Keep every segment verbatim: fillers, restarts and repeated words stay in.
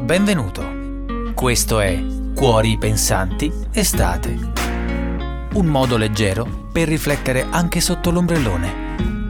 Benvenuto. Questo è Cuori Pensanti Estate. Un modo leggero per riflettere anche sotto l'ombrellone.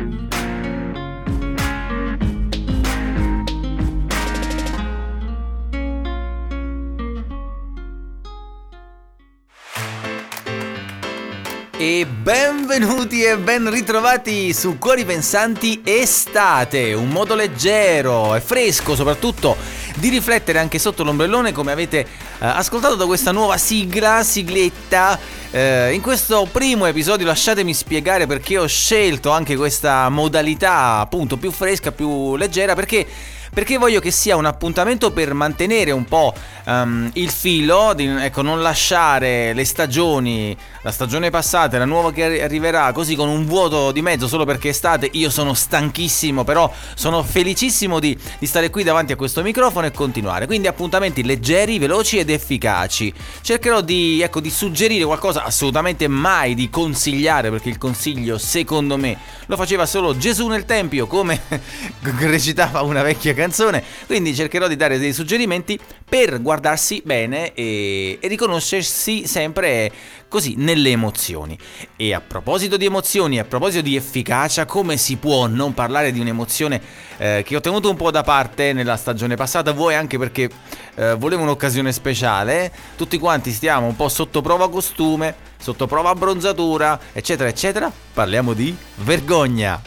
E benvenuti e ben ritrovati su Cuori Pensanti Estate, un modo leggero e fresco soprattutto di riflettere anche sotto l'ombrellone, come avete eh, ascoltato da questa nuova sigla, sigletta. Eh, in questo primo episodio lasciatemi spiegare perché ho scelto anche questa modalità appunto più fresca, più leggera, perché Perché voglio che sia un appuntamento per mantenere un po' um, il filo, di, ecco, non lasciare le stagioni, la stagione passata e la nuova che arriverà così con un vuoto di mezzo solo perché è estate. Io sono stanchissimo, però sono felicissimo di, di stare qui davanti a questo microfono e continuare. Quindi appuntamenti leggeri, veloci ed efficaci. Cercherò di, ecco, di suggerire qualcosa, assolutamente mai di consigliare, perché il consiglio secondo me lo faceva solo Gesù nel Tempio, come recitava una vecchia canzone. Quindi cercherò di dare dei suggerimenti per guardarsi bene e, e riconoscersi sempre così nelle emozioni. E a proposito di emozioni, a proposito di efficacia, come si può non parlare di un'emozione eh, che ho tenuto un po' da parte nella stagione passata, voi anche perché eh, volevo un'occasione speciale. Tutti quanti stiamo un po' sotto prova costume, sotto prova abbronzatura, eccetera eccetera. Parliamo di vergogna.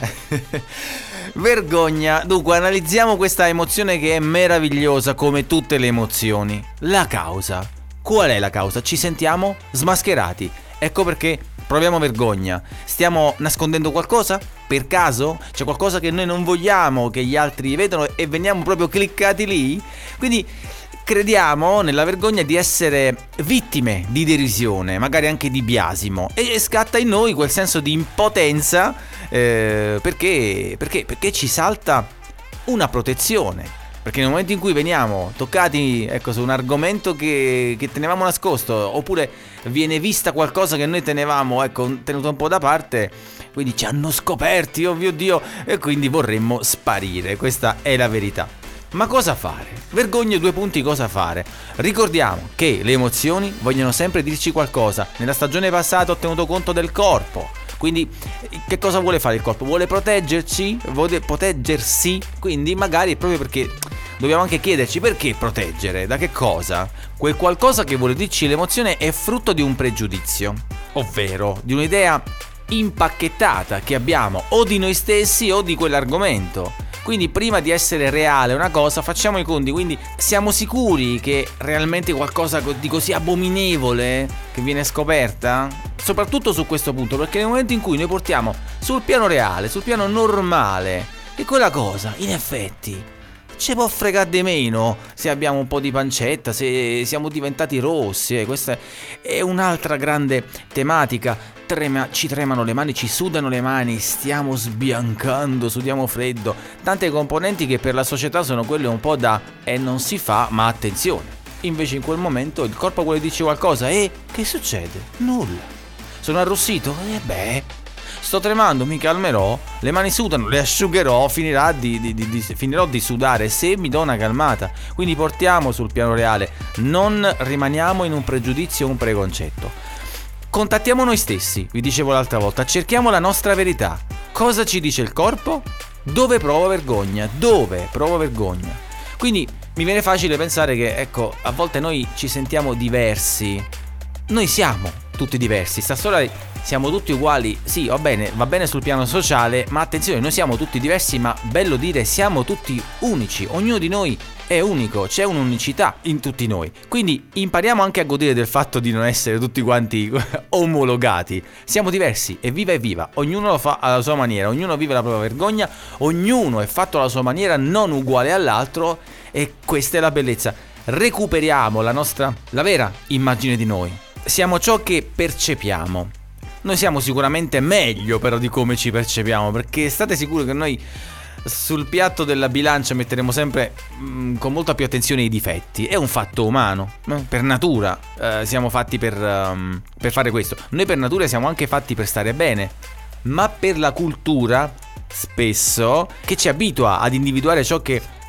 Vergogna. Dunque analizziamo questa emozione che è meravigliosa come tutte le emozioni. La causa. Qual è la causa? Ci sentiamo smascherati. Ecco perché proviamo vergogna. Stiamo nascondendo qualcosa? Per caso? C'è qualcosa che noi non vogliamo che gli altri vedano e veniamo proprio cliccati lì? Quindi crediamo nella vergogna di essere vittime di derisione, magari anche di biasimo, e scatta in noi quel senso di impotenza eh, perché, perché, perché ci salta una protezione. Perché nel momento in cui veniamo toccati, ecco, su un argomento che, che tenevamo nascosto, oppure viene vista qualcosa che noi tenevamo, ecco, tenuto un po' da parte, quindi ci hanno scoperti, oh mio Dio, e quindi vorremmo sparire. Questa è la verità. Ma cosa fare? Vergogna due punti, cosa fare? Ricordiamo che le emozioni vogliono sempre dirci qualcosa. Nella stagione passata ho tenuto conto del corpo. Quindi che cosa vuole fare il corpo? Vuole proteggerci? Vuole proteggersi? Quindi magari è proprio perché dobbiamo anche chiederci perché proteggere? Da che cosa? Quel qualcosa che vuole dirci l'emozione è frutto di un pregiudizio, ovvero di un'idea impacchettata che abbiamo o di noi stessi o di quell'argomento. Quindi prima di essere reale una cosa facciamo i conti, quindi siamo sicuri che realmente qualcosa di così abominevole che viene scoperta? Soprattutto su questo punto, perché nel momento in cui noi portiamo sul piano reale, sul piano normale, che quella cosa in effetti ci può fregare di meno se abbiamo un po' di pancetta, se siamo diventati rossi, eh. Questa è un'altra grande tematica. Trema, ci tremano le mani, ci sudano le mani, stiamo sbiancando, sudiamo freddo. Tante componenti che per la società sono quelle un po' da e non si fa, ma attenzione. Invece in quel momento il corpo vuole dirci qualcosa e che succede? Nulla. Sono arrossito? E eh beh, sto tremando, mi calmerò, le mani sudano, le asciugherò, finirà di, di, di, di, finirò di sudare se mi do una calmata. Quindi portiamo sul piano reale, non rimaniamo in un pregiudizio o un preconcetto. Contattiamo noi stessi, vi dicevo l'altra volta, cerchiamo la nostra verità. Cosa ci dice il corpo? Dove provo vergogna? Dove provo vergogna? Quindi mi viene facile pensare che, ecco, a volte noi ci sentiamo diversi. Noi siamo tutti diversi, sta storia siamo tutti uguali, sì, va bene, va bene sul piano sociale, ma attenzione, noi siamo tutti diversi, ma bello dire siamo tutti unici, ognuno di noi è unico, c'è un'unicità in tutti noi. Quindi impariamo anche a godere del fatto di non essere tutti quanti omologati. Siamo diversi, e viva e viva, ognuno lo fa alla sua maniera, ognuno vive la propria vergogna, ognuno è fatto alla sua maniera, non uguale all'altro, e questa è la bellezza. Recuperiamo la nostra, la vera immagine di noi. Siamo ciò che percepiamo. Noi siamo sicuramente meglio però di come ci percepiamo, perché state sicuri che noi sul piatto della bilancia metteremo sempre mh, con molta più attenzione i difetti. È un fatto umano, no? Per natura eh, siamo fatti per, um, per fare questo. Noi per natura siamo anche fatti per stare bene, ma per la cultura spesso che ci abitua ad individuare ciò che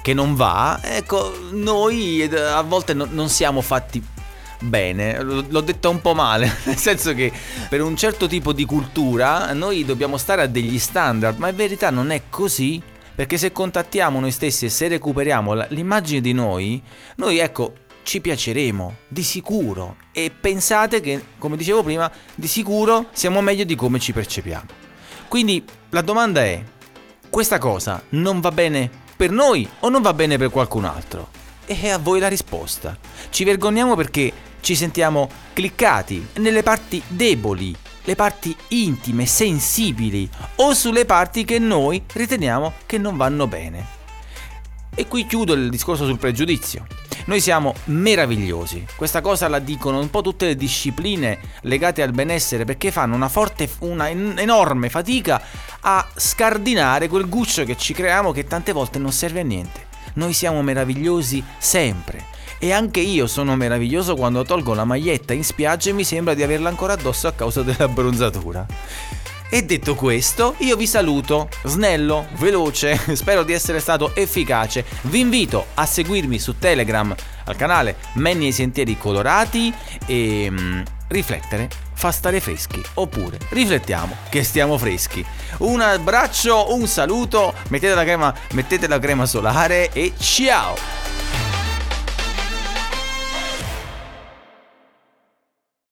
che non va, ecco, noi a volte no, non siamo fatti bene, l'ho detta un po' male, nel senso che per un certo tipo di cultura noi dobbiamo stare a degli standard, ma in verità non è così, perché se contattiamo noi stessi e se recuperiamo l'immagine di noi, noi ecco ci piaceremo, di sicuro, e pensate che, come dicevo prima, di sicuro siamo meglio di come ci percepiamo. Quindi la domanda è: questa cosa non va bene per noi o non va bene per qualcun altro? E a voi la risposta. Ci vergogniamo perché ci sentiamo cliccati nelle parti deboli, le parti intime, sensibili, o sulle parti che noi riteniamo che non vanno bene. E qui chiudo il discorso sul pregiudizio. Noi siamo meravigliosi, questa cosa la dicono un po' tutte le discipline legate al benessere, perché fanno una forte, una enorme fatica a scardinare quel guscio che ci creiamo, che tante volte non serve a niente. Noi siamo meravigliosi sempre, e anche io sono meraviglioso quando tolgo la maglietta in spiaggia e mi sembra di averla ancora addosso a causa della bronzatura. E detto questo, io vi saluto, snello, veloce, spero di essere stato efficace. Vi invito a seguirmi su Telegram al canale Manny e i Sentieri Colorati e mm, riflettere fa stare freschi, oppure riflettiamo che stiamo freschi. Un abbraccio, un saluto, mettete la crema, mettete la crema solare e ciao!